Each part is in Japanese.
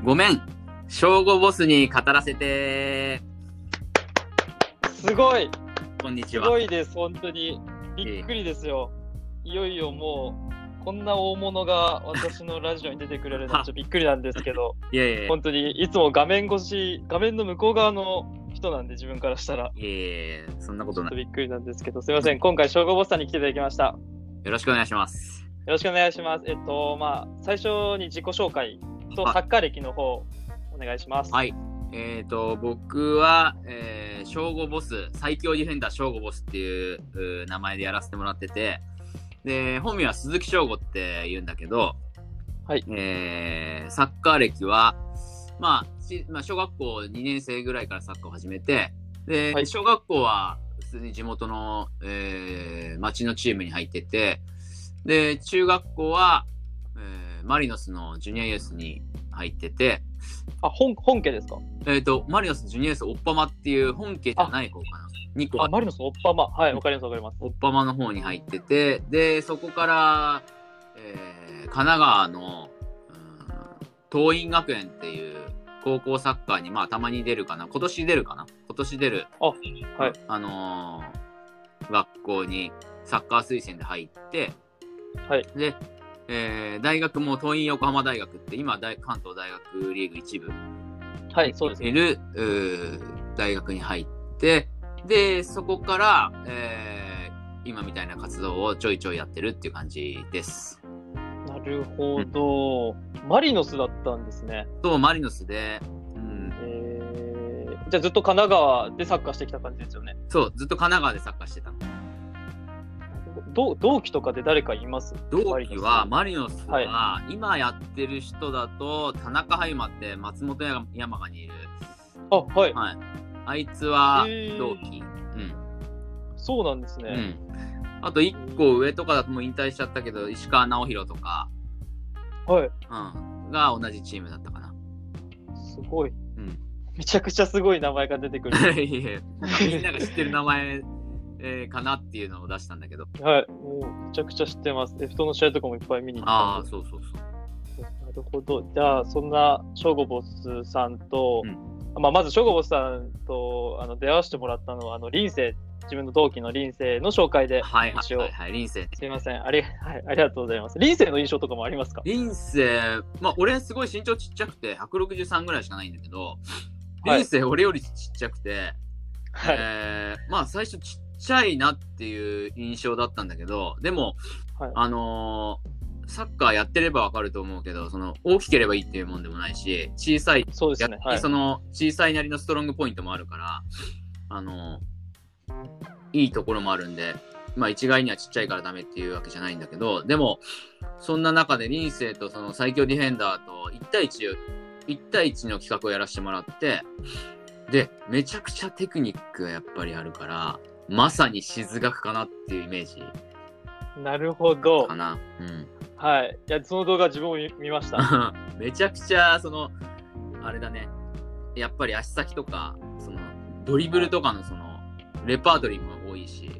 ごめん、正午ボスに語らせて。 すごい。 こんにちは。 すごいです、本当に。びっくりですよ。いよいよもう、こんな大物が私のラジオに出てくれるのはちょっとびっくりなんですけど、 いやいやいや、 本当にいつも画面の向こう側の人なんで、自分からしたら。 いやいやそんなことない。 ちょっとびっくりなんですけど、すいません。今回、正午ボスさんに来ていただきました。 よろしくお願いします。 よろしくお願いします。最初に自己紹介とサッカー歴の方、お願いします。 はい。僕は、正午ボス、最強ディフェンダー正午ボスっていう名前でやらせてもらってて、で、本名は鈴木正吾って言うんだけど、 はい。 サッカー歴は、小学校2年生ぐらいからサッカーを始めて、で、 はい、 小学校は普通に地元の、町のチームに入ってて、で、中学校は、マリノスのジュニアユースに入ってて、 本家ですか？ マリノスジュニアユースオッパマっていう本家じゃない方かな。2個マリノスオッパマ。はい、わかりますわかります。 オッパマの方に入ってて、で、そこから、神奈川の、桐蔭学園っていう高校サッカーに、たまに出るかな。今年出る。 はい。 学校にサッカー推薦で入って、 はい。 で、大学も桐蔭横浜大学って今関東大学リーグ1部はいそうですいる大学に入って、でそこから、今みたいな活動をちょいちょいやってるっていう感じです。 なるほど、マリノスだったんですね。 そうマリノスで、 じゃあずっと神奈川でサッカーしてきた感じですよね。 そうずっと神奈川でサッカーしてたの。 同期とかで誰かいます？ 同期はマリノスは、今やってる人だと田中ハイマって松本山雅にいる。 はい。 あいつは同期。 そうなんですね。 あと1個上とかだともう引退しちゃったけど石川直弘とか、が同じチームだったかな。 すごい。めちゃくちゃすごい名前が出てくる。 みんなが知ってる名前かなっていうのを出したんだけど。 はい。もうめちゃくちゃ知ってます。F1の試合とかもいっぱい見に行ったんで。 そう。なるほど。じゃあそんな正午ボスさんと、まず正午ボスさんと出会わせてもらったのは林生、自分の同期の林生の紹介で一応。 林生。 すいません。ありがとうございます。林生の印象とかもありますか？ 林生、俺すごい身長ちっちゃくて163ぐらいしかないんだけど、林生俺よりちっちゃくて、最初ちっちゃいなっていう印象だったんだけど、でも、サッカーやってればわかると思うけど、その大きければいいっていうもんでもないし、小さい、 そうですね。 その小さいなりのストロングポイントもあるから、いいところもあるんで、一概にはちっちゃいからダメっていうわけじゃないんだけど、でもそんな中で林生とその最強ディフェンダーと1対1の企画をやらせてもらって、でめちゃくちゃテクニックがやっぱりあるから、まさに静学かなっていうイメージ。 なるほど。 かな。 はい。いや、その動画自分も見ました。 めちゃくちゃあれだね。やっぱり足先とかそのドリブルとかのそのレパートリーも多いし、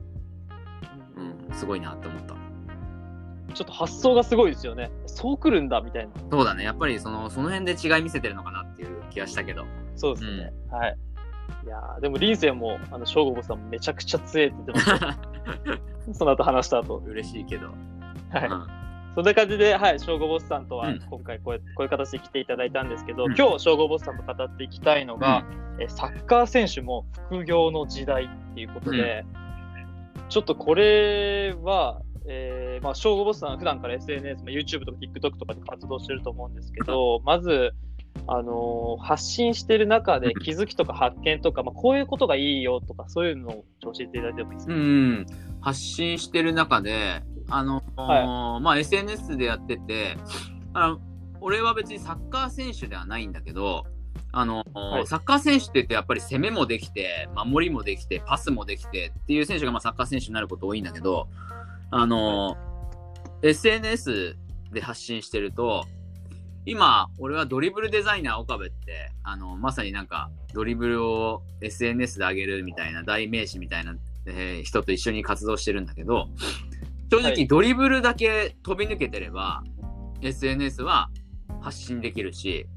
すごいなって思った。 ちょっと発想がすごいですよね。そう来るんだみたいな。 そうだね。やっぱりその辺で違い見せてるのかなっていう気がしたけど。 そうですね。はい。いやでも林生も正午さんもめちゃくちゃ強いって言ってました。その後話した後。 嬉しいけど。 はい。そんな感じで、正午ボスさんとは今回こういう形で来ていただいたんですけど、今日正午ボスさんと語っていきたいのが、サッカー選手も副業の時代っていうことで、ちょっとこれは、正午ボスさん普段から SNS、YouTube とか TikTok とかで活動してると思うんですけど、まず、発信してる中で気づきとか発見とか、こういうことがいいよとか、そういうのを教えていただいてもいいですか？ 発信してる中で、SNS でやってて、俺は別にサッカー選手ではないんだけど、サッカー選手って言ってやっぱり攻めもできて、守りもできて、パスもできてっていう選手がサッカー選手になること多いんだけど、SNS で発信してると、今、俺はドリブルデザイナー岡部って、まさになんかドリブルを SNS で上げるみたいな代名詞みたいな、人と一緒に活動してるんだけど、正直ドリブルだけ飛び抜けてれば、SNS は発信できるし、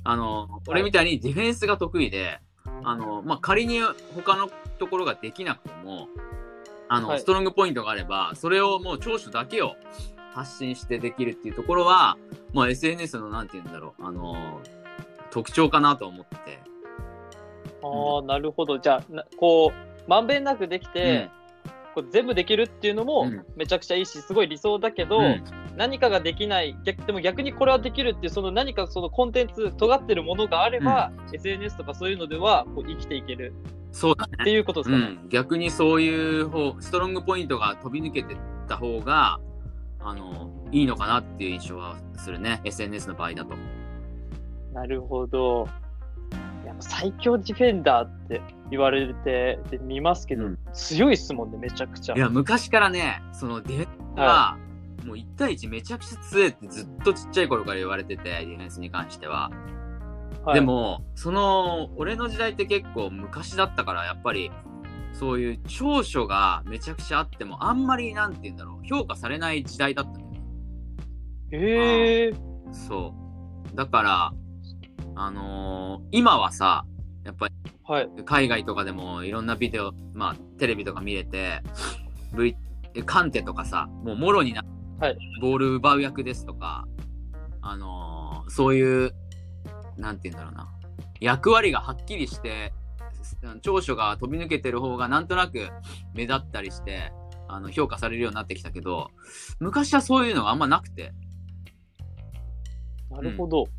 俺みたいにディフェンスが得意で、まあ、仮に他のところができなくても、ストロングポイントがあれば、それをもう長所だけを発信してできるっていうところは、まあ、SNS のなんて言うんだろう、特徴かなと思ってて。 なるほど。じゃあ、こう、まんべんなくできて、こう全部できるっていうのもめちゃくちゃいいし、すごい理想だけど、何かができない、でも逆にこれはできるっていう、その何かそのコンテンツ、尖ってるものがあれば、SNS とかそういうのではこう生きていける。 そうだね。 っていうことですかね。 逆にそういうストロングポイントが飛び抜けてった方が、いいのかなっていう印象はするね。SNS の場合だと。 なるほど。最強ディフェンダーって言われて見ますけど、強いっすもんね、めちゃくちゃ。 いや、昔からね、そのディフェンスが、もう1対1めちゃくちゃ強いってずっとちっちゃい頃から言われてて、ディフェンスに関しては。でも、俺の時代って結構昔だったから、やっぱり、そういう長所がめちゃくちゃあっても、あんまり、なんて言うんだろう、評価されない時代だったんだよね。そう。だから、今はさ、やっぱり、海外とかでもいろんなビデオ、まあ、テレビとか見れて、カンテとかさ、もうもろにボール奪う役ですとか、そういう、なんて言うんだろうな、役割がはっきりして、長所が飛び抜けてる方がなんとなく目立ったりして、評価されるようになってきたけど、昔はそういうのがあんまなくて。 なるほど。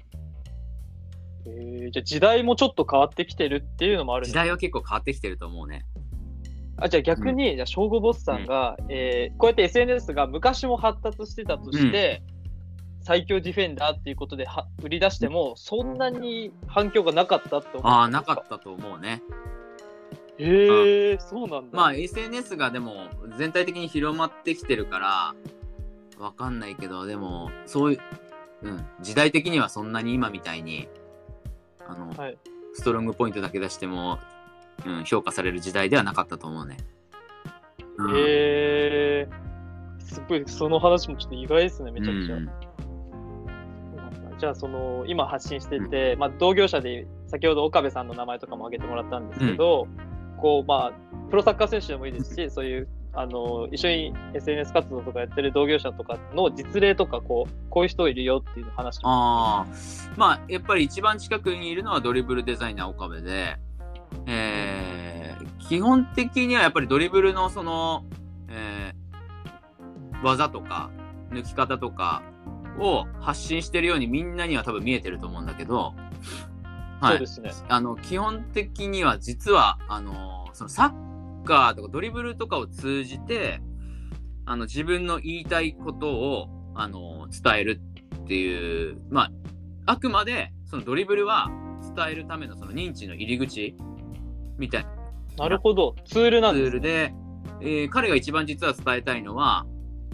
じゃあ時代もちょっと変わってきてるっていうのもあるんですか？ 時代は結構変わってきてると思うね。 じゃあ逆に、じゃあショーゴボスさんが、こうやって SNS が昔も発達してたとして、最強ディフェンダーっていうことで売り出しても、そんなに反響がなかったって思うんですか？ なかったと思うね。 そうなんだ。 まあ SNS がでも全体的に広まってきてるからわかんないけど、でもそういう、時代的にはそんなに今みたいにストロングポイントだけ出しても、評価される時代ではなかったと思うね。 すごい、その話もちょっと意外ですね、めちゃくちゃ。じゃあ今発信してて、まあ、同業者で先ほど岡部さんの名前とかも挙げてもらったんですけど、こうまあプロサッカー選手でもいいですし、そういう一緒に SNS 活動とかやってる同業者とかの実例とかこういう人いるよっていう話。 まあやっぱり一番近くにいるのはドリブルデザイナー岡部で、基本的にはやっぱりドリブルの技とか抜き方とかを発信してるようにみんなには多分見えてると思うんだけど、 そうですね。 基本的には実はそのサッカーとかドリブルとかを通じて自分の言いたいことを伝えるっていう、まああくまでそのドリブルは伝えるためのその認知の入り口みたいな。 なるほど、ツールなんですね。 ツールで、彼が一番実は伝えたいのは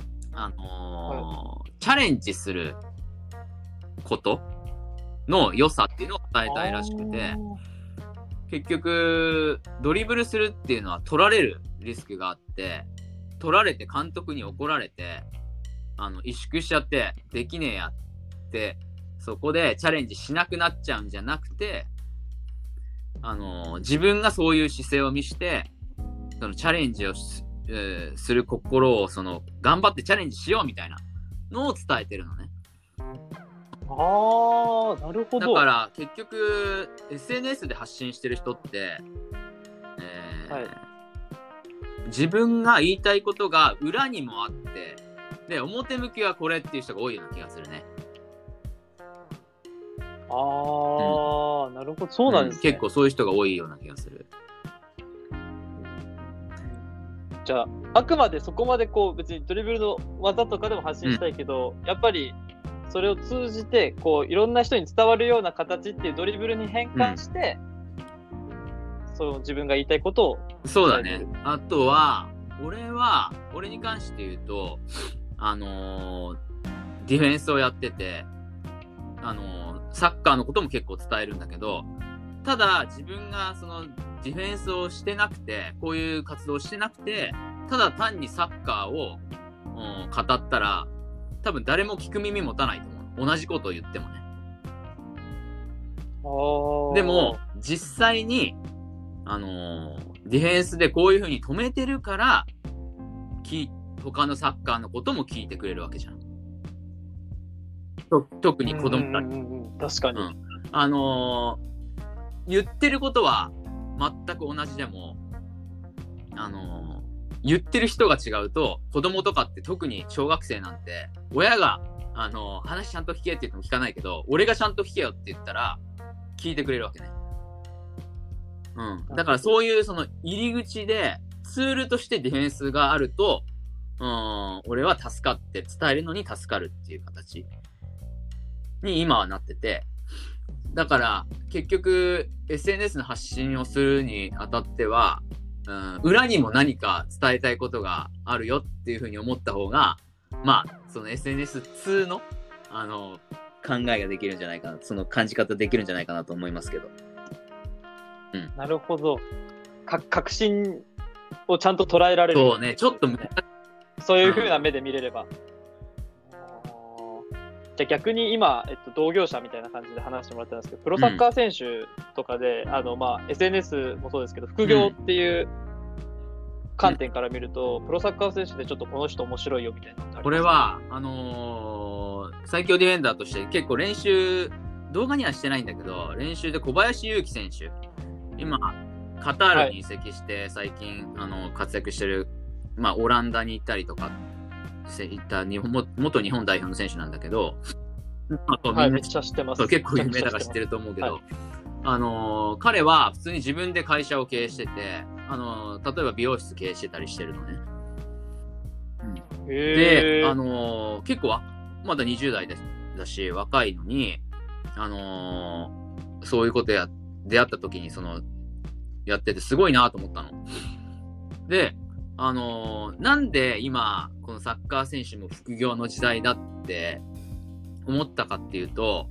チャレンジすることの良さっていうのを伝えたいらしくて、結局ドリブルするっていうのは取られるリスクがあって、取られて監督に怒られて萎縮しちゃってできねえやってそこでチャレンジしなくなっちゃうんじゃなくて、自分がそういう姿勢を見してそのチャレンジをする心を頑張ってチャレンジしようみたいなのを伝えてるのね。 なるほど。 だから結局 SNS で発信してる人って、自分が言いたいことが裏にもあってで表向きはこれっていう人が多いような気がするね。 なるほど、そうなんですね。 結構そういう人が多いような気がする。 じゃああくまでそこまでこう別にドリブルの技とかでも発信したいけど、やっぱりそれを通じてこういろんな人に伝わるような形っていうドリブルに変換して、自分が言いたいことを伝える。 そうだね。あとは俺に関して言うとディフェンスをやっててサッカーのことも結構伝えるんだけど、ただ自分がディフェンスをしてなくてこういう活動をしてなくてただ単にサッカーを語ったら多分誰も聞く耳持たないと思う。同じことを言ってもね。 でも、実際に、ディフェンスでこういう風に止めてるから、他のサッカーのことも聞いてくれるわけじゃん。特に子供たち。 確かに。 言ってることは全く同じでも、言ってる人が違うと、子供とかって特に小学生なんて、親が、話ちゃんと聞けって言っても聞かないけど、俺がちゃんと聞けよって言ったら、聞いてくれるわけね。だからそういうその入り口で、ツールとしてディフェンスがあると、俺は助かって伝えるのに助かるっていう形に今はなってて、だから結局 SNS の発信をするにあたっては、裏にも何か伝えたいことがあるよっていうふうに思った方が、まあその SNS 通の考えができるんじゃないかな、その感じ方できるんじゃないかなと思いますけど。 なるほど。確信をちゃんと捉えられる。 そうね、ちょっとそういう風な目で見れれば。じゃあ逆に今、同業者みたいな感じで話してもらったんですけど、プロサッカー選手とかで、SNS もそうですけど、副業っていう観点から見ると、プロサッカー選手でちょっとこの人面白いよみたいな。 これは、最強ディフェンダーとして結構練習、動画にはしてないんだけど、練習で小林祐希選手、今、カタールに移籍して最近、活躍してる、オランダに行ったりとかしていた元日本代表の選手なんだけど、 めっちゃ知ってます。 結構有名だから知ってると思うけど、彼は普通に自分で会社を経営してて、例えば美容室経営してたりしてるのね。で、結構まだ20代だし、若いのに、そういうこと出会った時にやっててすごいなと思ったの。で、なんで今、このサッカー選手も副業の時代だって思ったかっていうと、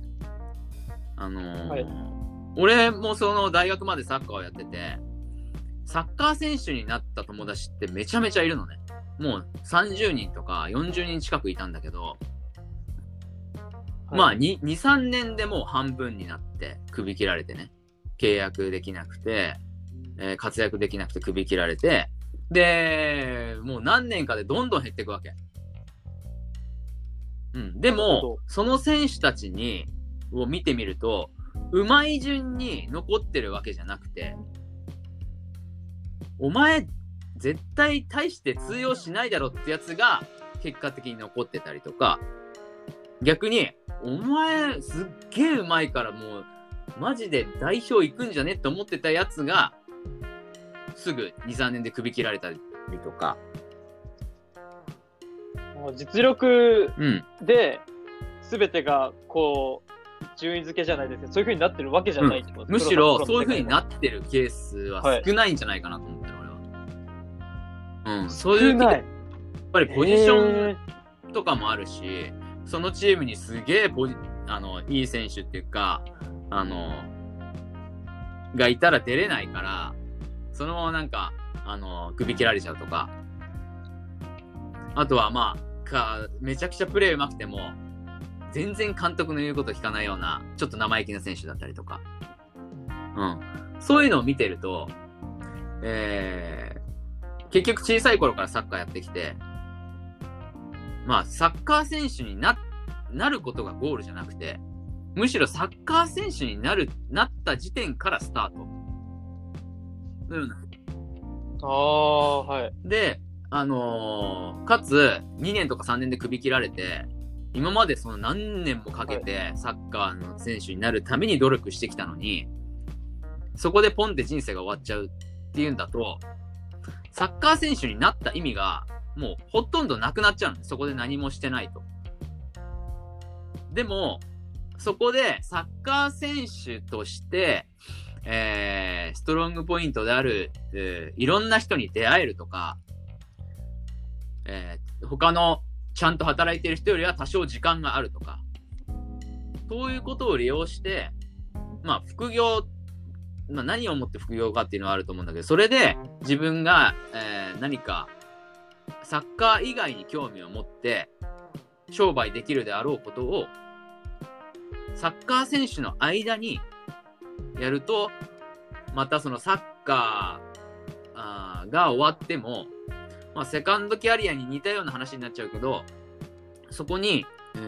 俺も大学までサッカーをやってて、サッカー選手になった友達ってめちゃめちゃいるのね。もう30人とか40人近くいたんだけど、2、3年でもう半分になって首切られてね。契約できなくて、活躍できなくて首切られて、で、もう何年かでどんどん減っていくわけ。でも、その選手たちを見てみると、うまい順に残ってるわけじゃなくて、お前、絶対大して通用しないだろってやつが結果的に残ってたりとか、逆に、お前、すっげえうまいからもう、マジで代表行くんじゃねって思ってたやつが、すぐ2、3年で首切られたりとか。 実力で全てが順位付けじゃないですけど、そういう風になってるわけじゃないってこと、 むしろそういう風になってるケースは少ないんじゃないかなと思ってる、俺は。そういうやっぱりポジションとかもあるし、そのチームにすげえいい選手っていうか、がいたら出れないから、そのまま首切られちゃうとか、あとはめちゃくちゃプレー上手くても、全然監督の言うこと聞かないような、ちょっと生意気な選手だったりとか。そういうのを見てると、結局小さい頃からサッカーやってきて、サッカー選手になることがゴールじゃなくて、むしろサッカー選手になった時点からスタート。で、かつ、2年とか3年で首切られて、今まで何年もかけてサッカーの選手になるために努力してきたのに、そこでポンって人生が終わっちゃうっていうんだと、サッカー選手になった意味が、もうほとんどなくなっちゃうの。そこで何もしてないと。でも、そこでサッカー選手として、ストロングポイントである、いろんな人に出会えるとか、他のちゃんと働いている人よりは多少時間があるとか、そういうことを利用して、副業、何をもって副業かっていうのはあると思うんだけど、それで自分が、何かサッカー以外に興味を持って商売できるであろうことをサッカー選手の間にやると、またそのサッカーが終わっても、まあ、セカンドキャリアに似たような話になっちゃうけど、そこに、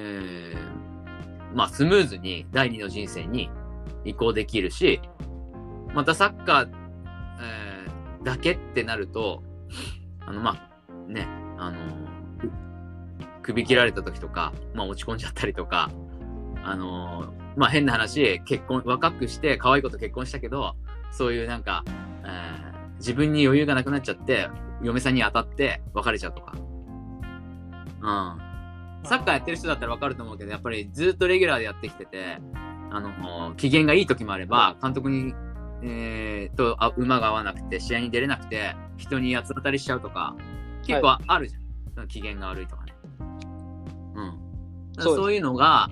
まあ、スムーズに第二の人生に移行できるし、またサッカー、だけってなると、まあ、ね、首切られた時とか、まあ、落ち込んじゃったりとか、まあ、変な話、若くして可愛い子と結婚したけど、そういうなんか、自分に余裕がなくなっちゃって、嫁さんに当たって別れちゃうとか。サッカーやってる人だったら分かると思うけど、やっぱりずっとレギュラーでやってきてて、機嫌がいい時もあれば、監督に、馬が合わなくて、試合に出れなくて、人に八つ当たりしちゃうとか、結構あるじゃん。機嫌が悪いとかね。そういうのが、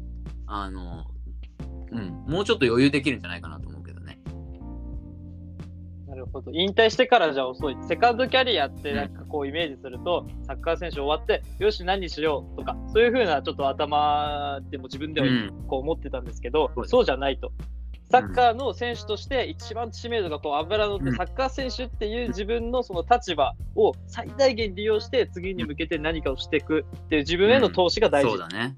もうちょっと余裕できるんじゃないかなと思うけどね。 なるほど。引退してからじゃ遅い。セカンドキャリアってなんかこうイメージすると、サッカー選手終わって、よし何しようとか、そういう風なちょっと頭でも自分ではこう思ってたんですけど、そうじゃないと。サッカーの選手として一番知名度がこう脂乗ってサッカー選手っていう自分のその立場を最大限利用して次に向けて何かをしていくっていう自分への投資が大事。 そうだね。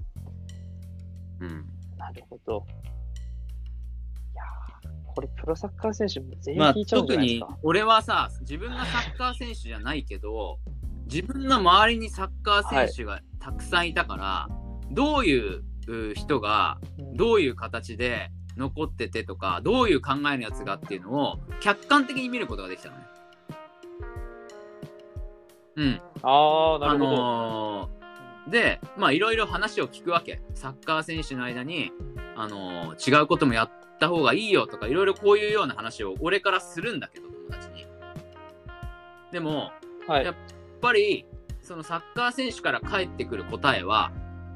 なるほど。いやこれプロサッカー選手も全員聞いちゃうんじゃないですか。 特に俺はさ、自分がサッカー選手じゃないけど、自分の周りにサッカー選手がたくさんいたから、どういう人がどういう形で残っててとか、どういう考えのやつがっていうのを客観的に見ることができたのね。 なるほど。 で、まあいろいろ話を聞くわけ。サッカー選手の間に、違うこともやった方がいいよとか、いろいろこういうような話を俺からするんだけど、友達に。でも、やっぱり、そのサッカー選手から返ってくる答えは、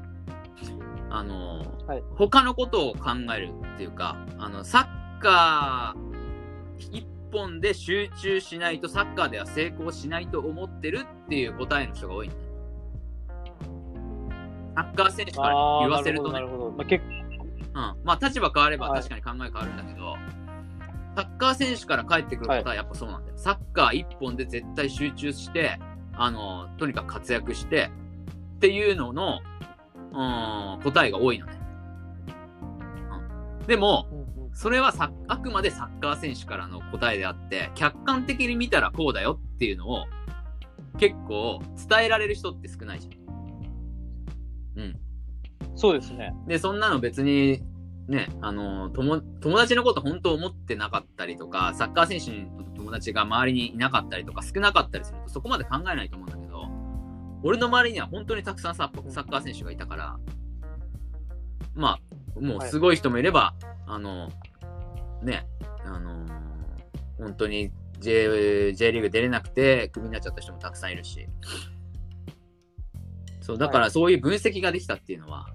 他のことを考えるっていうか、サッカー一本で集中しないとサッカーでは成功しないと思ってるっていう答えの人が多いんだ。サッカー選手から言わせるとね。まあ立場変われば確かに考え変わるんだけど、サッカー選手から返ってくることはやっぱそうなんだよ。サッカー一本で絶対集中して、とにかく活躍してっていうのの、答えが多いのね。でも、それはあくまでサッカー選手からの答えであって、客観的に見たらこうだよっていうのを結構伝えられる人って少ないじゃん。 そうですね。 で、そんなの別にね、友達のこと本当思ってなかったりとか、サッカー選手の友達が周りにいなかったりとか少なかったりするとそこまで考えないと思うんだけど、俺の周りには本当にたくさんサッカー選手がいたから、まあ、もうすごい人もいれば、本当に J リーグ出れなくてクビになっちゃった人もたくさんいるし、そう、だからそういう分析ができたっていうのは、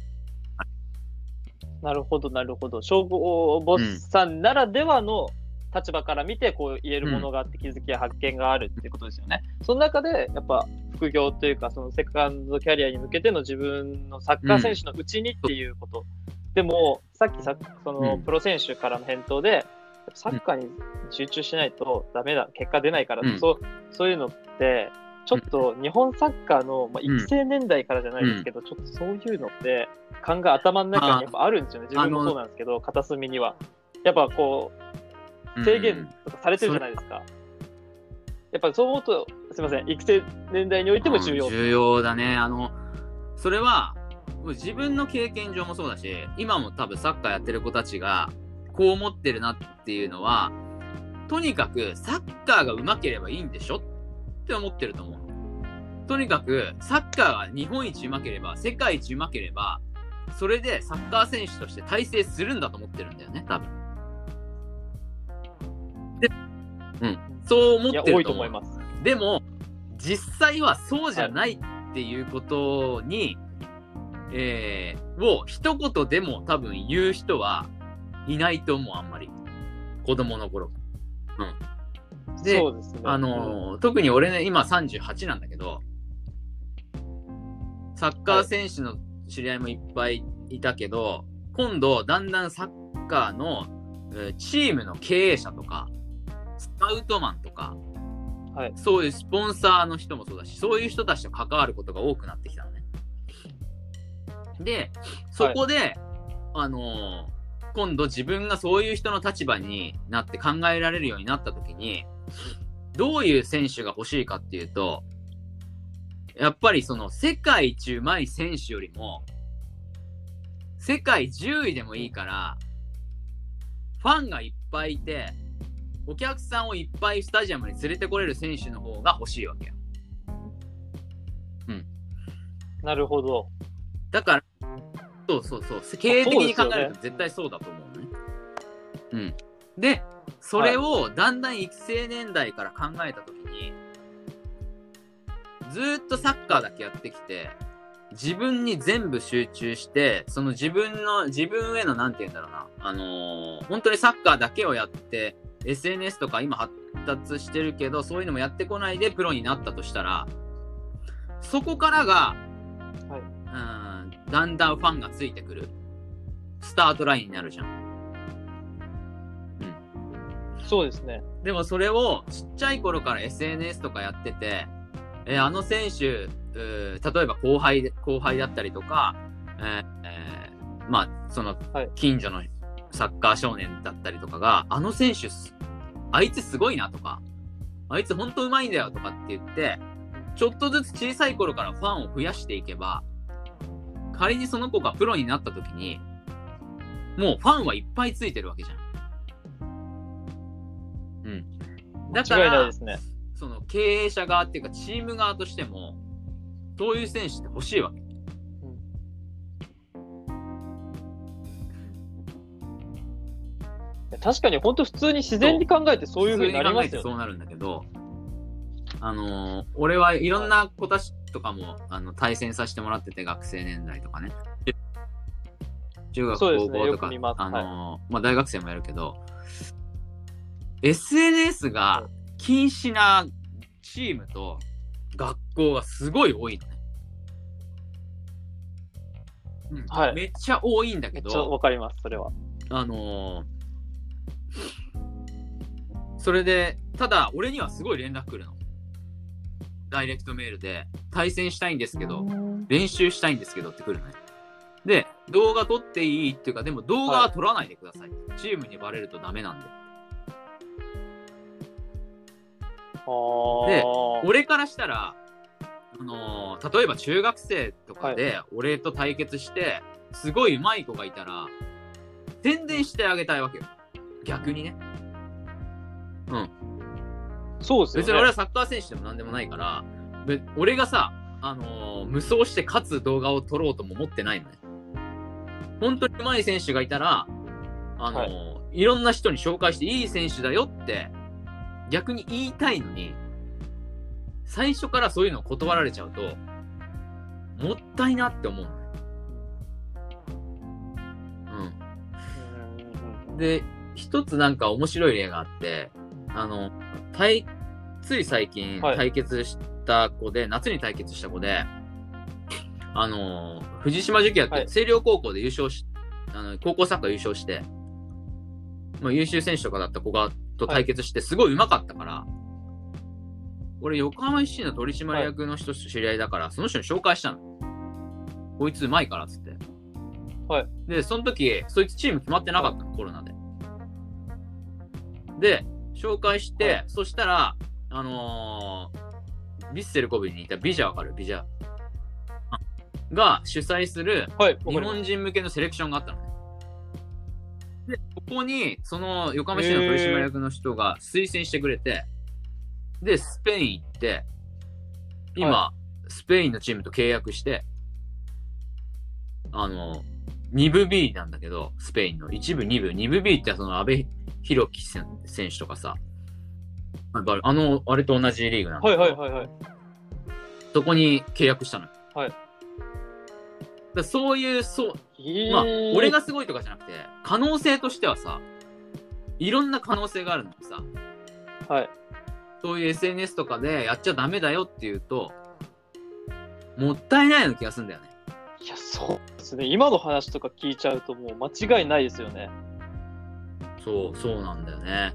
なるほど、なるほど。消防ボスさんならではの立場から見てこう言えるものがあって気づきや発見があるっていうことですよね。その中でやっぱ副業というかそのセカンドキャリアに向けての自分のサッカー選手のうちにっていうこと。でもさっきそのプロ選手からの返答でサッカーに集中しないとダメだ、結果出ないから、そういうのってちょっと日本サッカーの、育成年代からじゃないですけど、ちょっとそういうのって頭の中にやっぱあるんですよね。自分もそうなんですけど、片隅にはやっぱこう制限とかされてるじゃないですか。やっぱりそう思うとすいません、育成年代においても重要だね。それは自分の経験上もそうだし、今も多分サッカーやってる子たちがこう思ってるなっていうのは、とにかくサッカーが上手ければいいんでしょって思ってると思う。とにかくサッカーが日本一上手ければ、世界一上手ければ、それでサッカー選手として大成するんだと思ってるんだよね、多分。で、そう思ってると思う。 多いと思います。 でも実際はそうじゃないっていうことに、を一言でも多分言う人はいないと思う、あんまり。子供の頃。で、 そうですね。 特に俺ね、今38なんだけど、サッカー選手の知り合いもいっぱいいたけど、今度だんだんサッカーのチームの経営者とか、スカウトマンとか、 はい、 そういうスポンサーの人もそうだし、そういう人たちと関わることが多くなってきたのね。で、そこで、今度自分がそういう人の立場になって考えられるようになった時に、どういう選手が欲しいかっていうと、やっぱりその世界一うまい選手よりも、世界10位でもいいから、ファンがいっぱいいて、お客さんをいっぱいスタジアムに連れてこれる選手の方が欲しいわけよ。うん。 なるほど。 だから、そう。経営的に考えると絶対そうだと思うね。うん。で、それをだんだん育成年代から考えたときに、ずーっとサッカーだけやってきて、自分に全部集中して、その自分へのなんて言うんだろうな、本当にサッカーだけをやって、SNS とか今発達してるけど、そういうのもやってこないでプロになったとしたら、そこからが、だんだんファンがついてくるスタートラインになるじゃん。 そうですね。 でもそれをちっちゃい頃から SNS とかやってて、あの選手、例えば後輩だったりとか、まあその近所のサッカー少年だったりとかが、あの選手あいつすごいなとか、あいつほんとうまいんだよとかって言って、ちょっとずつ小さい頃からファンを増やしていけば、仮にその子がプロになった時に、もうファンはいっぱいついてるわけじゃん。うん。だから、 間違いないですね。 その経営者側っていうかチーム側としても、そういう選手って欲しいわけ。 確かに本当普通に自然に考えてそういう風になりますよね。 そうなるんだけど、俺はいろんな子たちとかも、対戦させてもらってて、学生年代とかね。中学、高校とか、まあ大学生もやるけど、SNS が禁止なチームと学校がすごい多いのね。 はい。 めっちゃ多いんだけど、 めっちゃわかります、それは。 それで、ただ、俺にはすごい連絡来るの。ダイレクトメールで、対戦したいんですけど、練習したいんですけどって来るのね。で、動画撮っていいっていうか、でも動画は撮らないでください。チームにバレるとダメなんで。で、俺からしたら、例えば中学生とかで、俺と対決して、すごい上手い子がいたら、宣伝してあげたいわけよ。逆にね。うん。 そうですよね。 別に俺はサッカー選手でもなんでもないから、俺がさ、無双して勝つ動画を撮ろうとも思ってないのね。本当に上手い選手がいたら、いろんな人に紹介していい選手だよって、逆に言いたいのに、最初からそういうのを断られちゃうと、もったいなって思うのね。うん。で、一つなんか面白い例があって、つい最近対決した子で、夏に対決した子で、藤島樹希やって、星稜高校で優勝し、高校サッカー優勝して、まあ、優秀選手とかだった子と対決して、すごい上手かったから、俺、横浜 FC の取締役の人と知り合いだから、その人に紹介したの。こいつ上手いから、つって。で、その時、そいつチーム決まってなかったの、コロナで。で、紹介して、そしたら、ヴィッセル神戸にいたビジャわかる？ビジャが主催する日本人向けのセレクションがあったのね。で、ここに、その横浜市の取締役の人が推薦してくれて、で、スペイン行って、今、スペインのチームと契約して、2部 B なんだけど、スペインの1部、2部、2部 B ってその阿部寛樹選手とかさ、あれと同じリーグなんだけど、そこに契約したの。だそういう、まあ、俺がすごいとかじゃなくて、可能性としてはさ、いろんな可能性があるのにさ、そういう SNS とかでやっちゃダメだよっていうと、もったいないような気がするんだよね。 いや、そうですね。今の話とか聞いちゃうともう間違いないですよね。 そうなんだよね。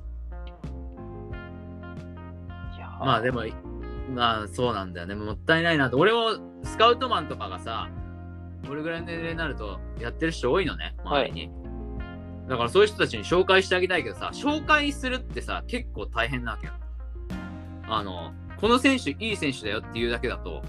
いやまあでも、まあそうなんだよね。もったいないなと。俺もスカウトマンとかがさ、俺ぐらいの年齢になるとやってる人多いのね、周りに。だからそういう人たちに紹介してあげたいけどさ、紹介するってさ、結構大変なわけよ。この選手いい選手だよっていうだけだと、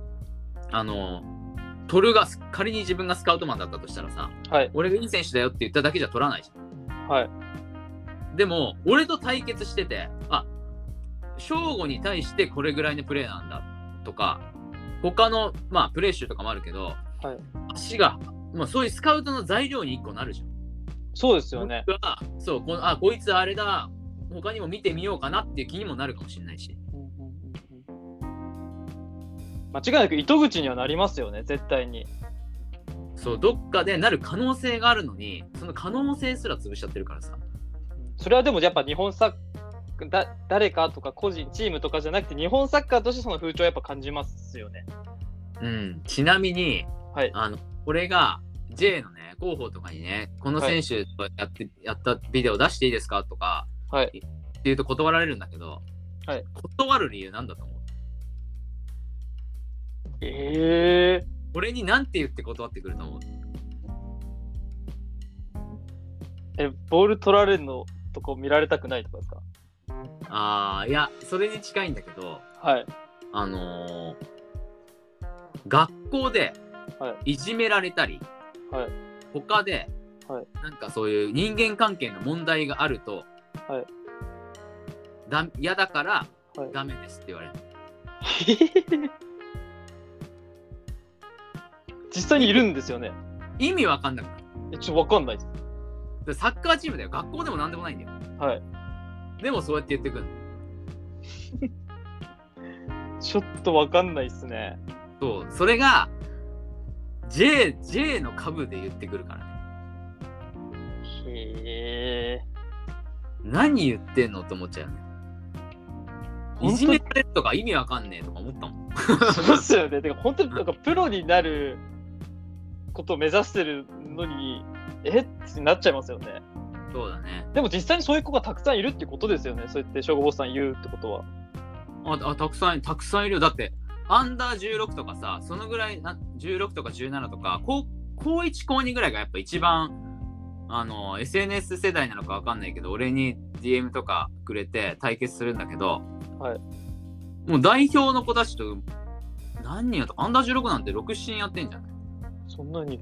取るが仮に自分がスカウトマンだったとしたらさ、 はい、 俺がいい選手だよって言っただけじゃ取らないじゃん。 はい、 でも俺と対決してて、翔吾に対してこれぐらいのプレーなんだとか、他のまあプレー集とかもあるけど、 はい、 足が、まあ、そういうスカウトの材料に1個なるじゃん。そうですよね。そうこいつあれだ、他にも見てみようかなっていう気にもなるかもしれないし。 間違いなく糸口にはなりますよね、絶対に。 そう、どっかでなる可能性があるのに、その可能性すら潰しちゃってるからさ。 それはでもやっぱ日本サッカー誰かとか個人チームとかじゃなくて、日本サッカーとしてその風潮をやっぱ感じますよね。 ちなみに、 はい、 俺が J のね広報とかにね、この選手とやったビデオ出していいですかとか、 はい、 って言うと断られるんだけど、 はい、 断る理由なんだと思う？俺になんて言って断ってくると思う？ ボール取られるのとこ見られたくないとかですか？ いや、それに近いんだけど、 はい、 学校でいじめられたり、 はい、 他で、 はい、 なんかそういう人間関係の問題があると、 はい、 嫌だからダメですって言われる。 実際にいるんですよね。 意味わかんなくない？ ちょっとわかんないです。サッカーチームだよ。学校でもなんでもないんだよ。 はい。 でもそうやって言ってくるの。 ちょっとわかんないっすね。 そう、それが J の株で言ってくるからね。 へー。 何言ってんのって思っちゃうよね。いじめられるとか意味わかんねえとか思ったもん。 そうっすよね。てか本当になんかプロになることを目指してるのにってなっちゃいますよね。 そうだね。 でも実際にそういう子がたくさんいるってことですよね。そうやってショーゴボスさん言うってことは。 たくさんいる。だってアンダー16とかさ、そのぐらい16とか17とか高1高2ぐらいがやっぱ一番SNS 世代なのかわかんないけど、俺に DM とかくれて対決するんだけど、 はい、 もう代表の子たちと何人やとアンダー16なんて6、7人やってんじゃない？ そんなに。 い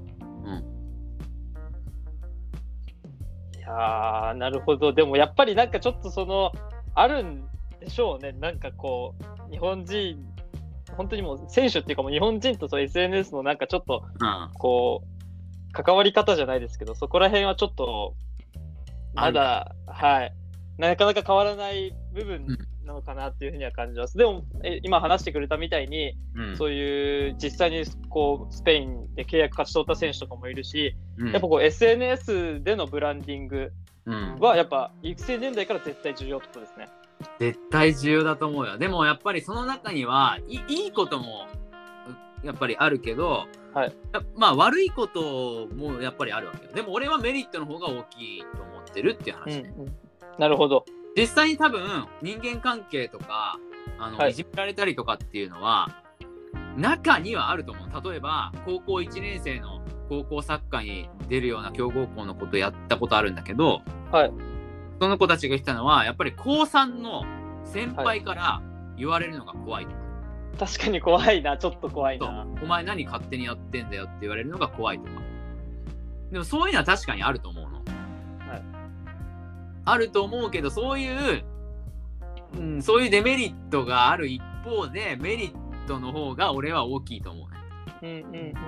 やー、なるほど。でもやっぱりなんかちょっとあるんでしょうね。なんかこう日本人本当にもう選手っていうかもう日本人とSNS のなんかちょっとこう関わり方じゃないですけど、そこら辺はちょっとまだはいなかなか変わらない部分なのかなっていうふうには感じます。でも今話してくれたみたいに、そういう実際にこうスペインで契約勝ち取った選手とかもいるし、やっぱこう SNS でのブランディングはやっぱ育成年代から絶対重要ってことですね。 絶対重要だと思うよ。でもやっぱりその中にはいいこともやっぱりあるけど、 はい、 まあ悪いこともやっぱりあるわけよ。でも俺はメリットの方が大きいと思ってるっていう話ね。 なるほど。 実際に多分人間関係とかいじめられたりとかっていうのは中にはあると思う。例えば高校1年生の高校サッカーに出るような強豪校のことやったことあるんだけど、 はい、 その子たちが言ってたのはやっぱり高3の先輩から言われるのが怖いとか、 確かに怖いな。ちょっと怖いな。 お前何勝手にやってんだよって言われるのが怖いとか。でもそういうのは確かにあると思うの。はい、あると思うけど、そういうデメリットがある一方でメリットの方が俺は大きいと思うね。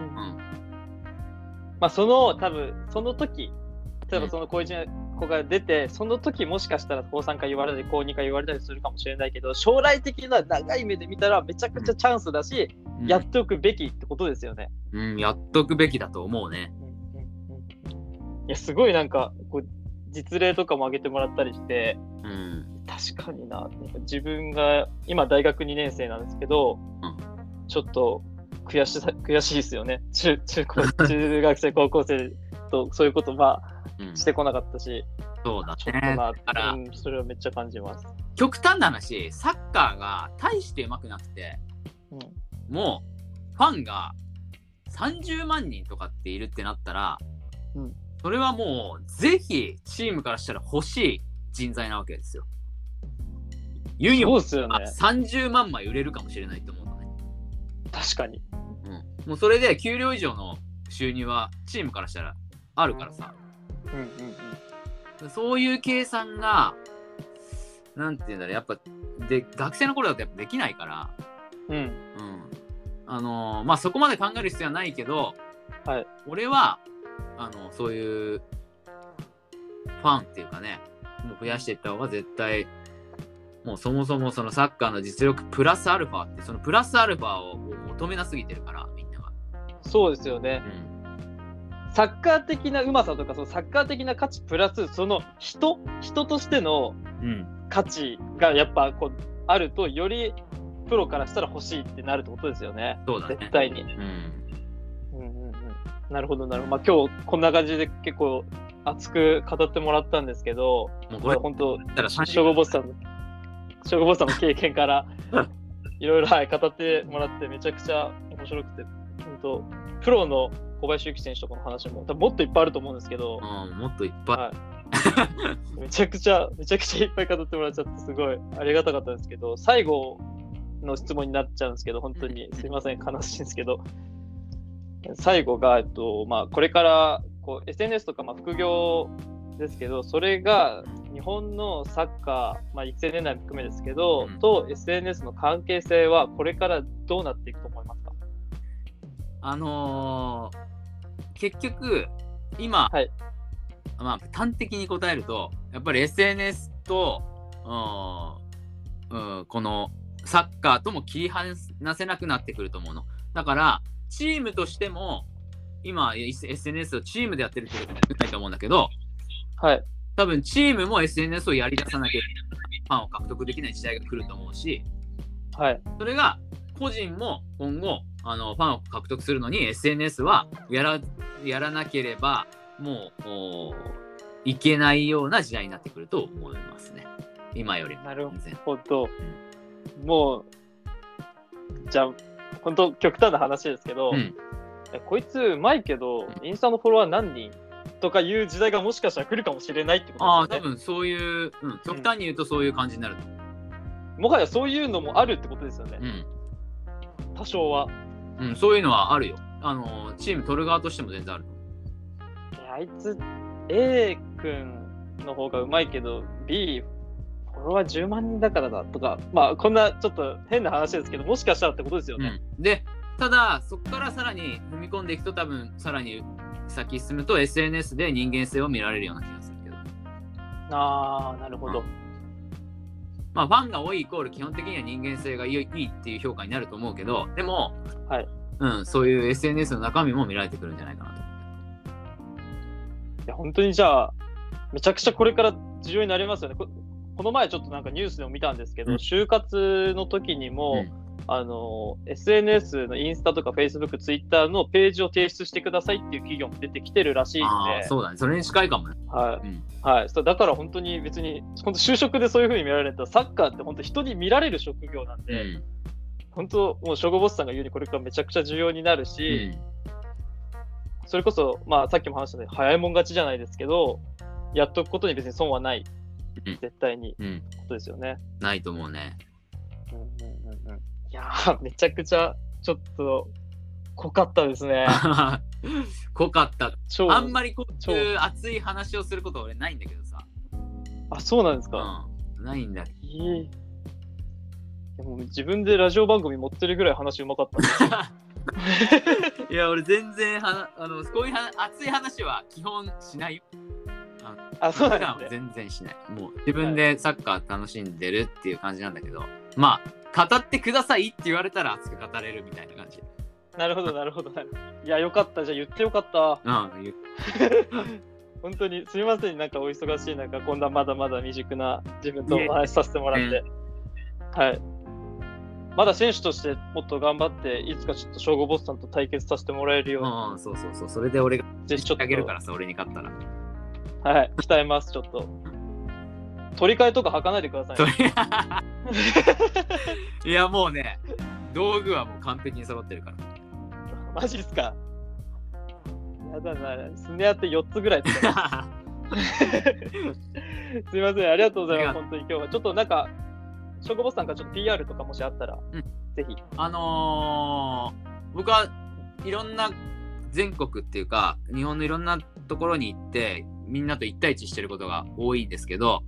まあ多分その時、例えばその高1の子が出て、その時もしかしたら高3回言われたり高2回言われたりするかもしれないけど、将来的な長い目で見たらめちゃくちゃチャンスだし、やっておくべきってことですよね。 やっとくべきだと思うね。 いやすごいなんかこう実例とかも挙げてもらったりして、確かにな。なんか自分が今大学2年生なんですけど、ちょっと悔しいですよね。中学生高校生とそういうことしてこなかったし、 そうだちょっとね。 な、 だからそれはめっちゃ感じます。 極端な話、サッカーが大して上手くなくて、もうファンが30万人とかっているってなったら、それはもうぜひチームからしたら欲しい人材なわけですよ。ユニフォームが30万枚売れるかもしれないと思うのね。 確かに。 もうそれで給料以上の収入はチームからしたらあるからさ。そういう計算がなんていうんだろう、やっぱで学生の頃だとやっぱできないから、まあそこまで考える必要はないけど、俺はそういうファンっていうかね、もう増やしていった方が絶対、もうそもそもそのサッカーの実力プラスアルファって、そのプラスアルファを求めなすぎてるから、みんなが。 そうですよね。サッカー的なうまさとか、そのサッカー的な価値プラス、その人としての価値がやっぱこうあると、よりプロからしたら欲しいってなるってことですよね。 そうだね。 絶対に。なるほどなるほど。まあ今日こんな感じで結構熱く語ってもらったんですけど、もうこれ本当ショゴボスさんの経験からいろいろ語ってもらってめちゃくちゃ面白くて、本当プロの小林幸選手とかの話も多分もっといっぱいあると思うんですけど、 もっといっぱい、めちゃくちゃいっぱい語ってもらっちゃってすごいありがたかったんですけど、最後の質問になっちゃうんですけど、本当にすいません、悲しいんですけど、最後が、まあ、これからこう SNS とか、まあ、副業ですけど、それが日本のサッカー、まあ、育成年代も含めですけど、と SNS の関係性はこれからどうなっていくと思いますか？ 結局今、まあ、端的に答えると、やっぱり SNS とこのサッカーとも切り離せなくなってくると思うの。だからチームとしても今 SNS をチームでやってるってことはないと思うんだけど、多分チームも SNS をやり出さなきゃファンを獲得できない時代が来ると思うし、それが個人も今後ファンを獲得するのに SNS はやらなければもういけないような時代になってくると思いますね、今より。 なるほど、もうじゃあ本当極端な話ですけど、こいつうまいけどインスタのフォロワー何人とかいう時代がもしかしたら来るかもしれないってことですよね。 多分そういう、極端に言うとそういう感じになる。 もはやそういうのもあるってことですよね、多少は。 そういうのはあるよ。チーム取る側としても全然ある。 あいつ A 君の方がうまいけど B フォロワー10万人だからだとか、まあこんなちょっと変な話ですけど、もしかしたらってことですよね。 でただそこからさらに踏み込んでいくと、多分さらに先進むと SNS で人間性を見られるような気がするけど。 なるほど。 まあファンが多いイコール基本的には人間性がいいっていう評価になると思うけど、でも、そういう SNS の中身も見られてくるんじゃないかなと。 いや本当にじゃあめちゃくちゃこれから重要になりますよね。この前ちょっとなんかニュースでも見たんですけど、就活の時にも、SNS のインスタとか Facebook、Twitter のページを提出してくださいっていう企業も出てきてるらしいんで。 そうだね、それに近いかもね。 だから本当に別に本当就職でそういう風に見られたら、サッカーって本当人に見られる職業なんで、本当もうショゴボスさんが言うにこれからめちゃくちゃ重要になるし、それこそまあさっきも話したように早いもん勝ちじゃないですけど、やっとくことに別に損はない、絶対に、ことですよね。 ないと思うね。 いやーめちゃくちゃちょっと濃かったですね。 濃かった。あんまりこういう熱い話をすること俺ないんだけどさ。 そうなんですか。 ないんだ。 もう自分でラジオ番組持ってるぐらい話うまかったんですいや俺全然こういう熱い話は基本しないよ。 そうなんですね。 全然しない。もう自分でサッカー楽しんでるっていう感じなんだけど、まあ語ってくださいって言われたら熱く語れるみたいな感じ。 なるほど。いやよかった。じゃあ言ってよかった。本当にすみません、なんかお忙しい中こんなまだまだ未熟な自分とお話しさせてもらって、まだ選手としてもっと頑張っていつかちょっとショーゴボスさんと対決させてもらえるように。 そうそれで俺がぜひちょっとあげるからさ、俺に勝ったら。 はい、鍛えます、ちょっと。取り替えとか履かないでください、ね。 いや、もうね、道具はもう完璧に揃ってるから。 マジっすか。やだな、スネアって4つぐらい使います。すいません、ありがとうございます。本当に今日は。ちょっとなんか、ショコボスさんからちょっと PR とかもしあったら、ぜひ。 僕はいろんな全国っていうか、日本のいろんなところに行って、みんなと1対1してることが多いんですけど、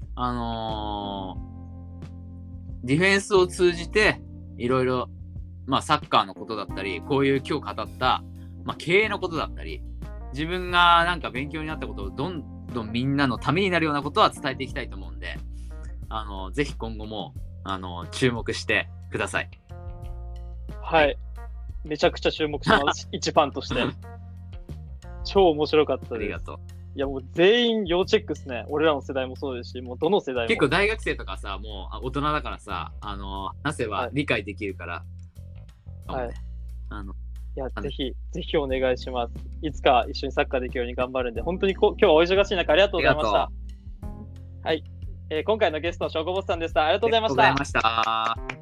ディフェンスを通じて、いろいろ、まあサッカーのことだったり、こういう今日語った、まあ経営のことだったり、自分がなんか勉強になったことをどんどんみんなのためになるようなことは伝えていきたいと思うんで、ぜひ今後も、注目してください。 はい。めちゃくちゃ注目してます。一ファンとして。超面白かったです。 ありがとう。 いやもう全員要チェックですね。俺らの世代もそうですし、もうどの世代も。 結構大学生とかさ、もう大人だからさ、話せば理解できるから。 はい。いや、ぜひお願いします。いつか一緒にサッカーできるように頑張るんで、本当に今日はお忙しい中ありがとうございました。はい。今回のゲストはショコボスさんでした。ありがとうございました。 ありがとうございました。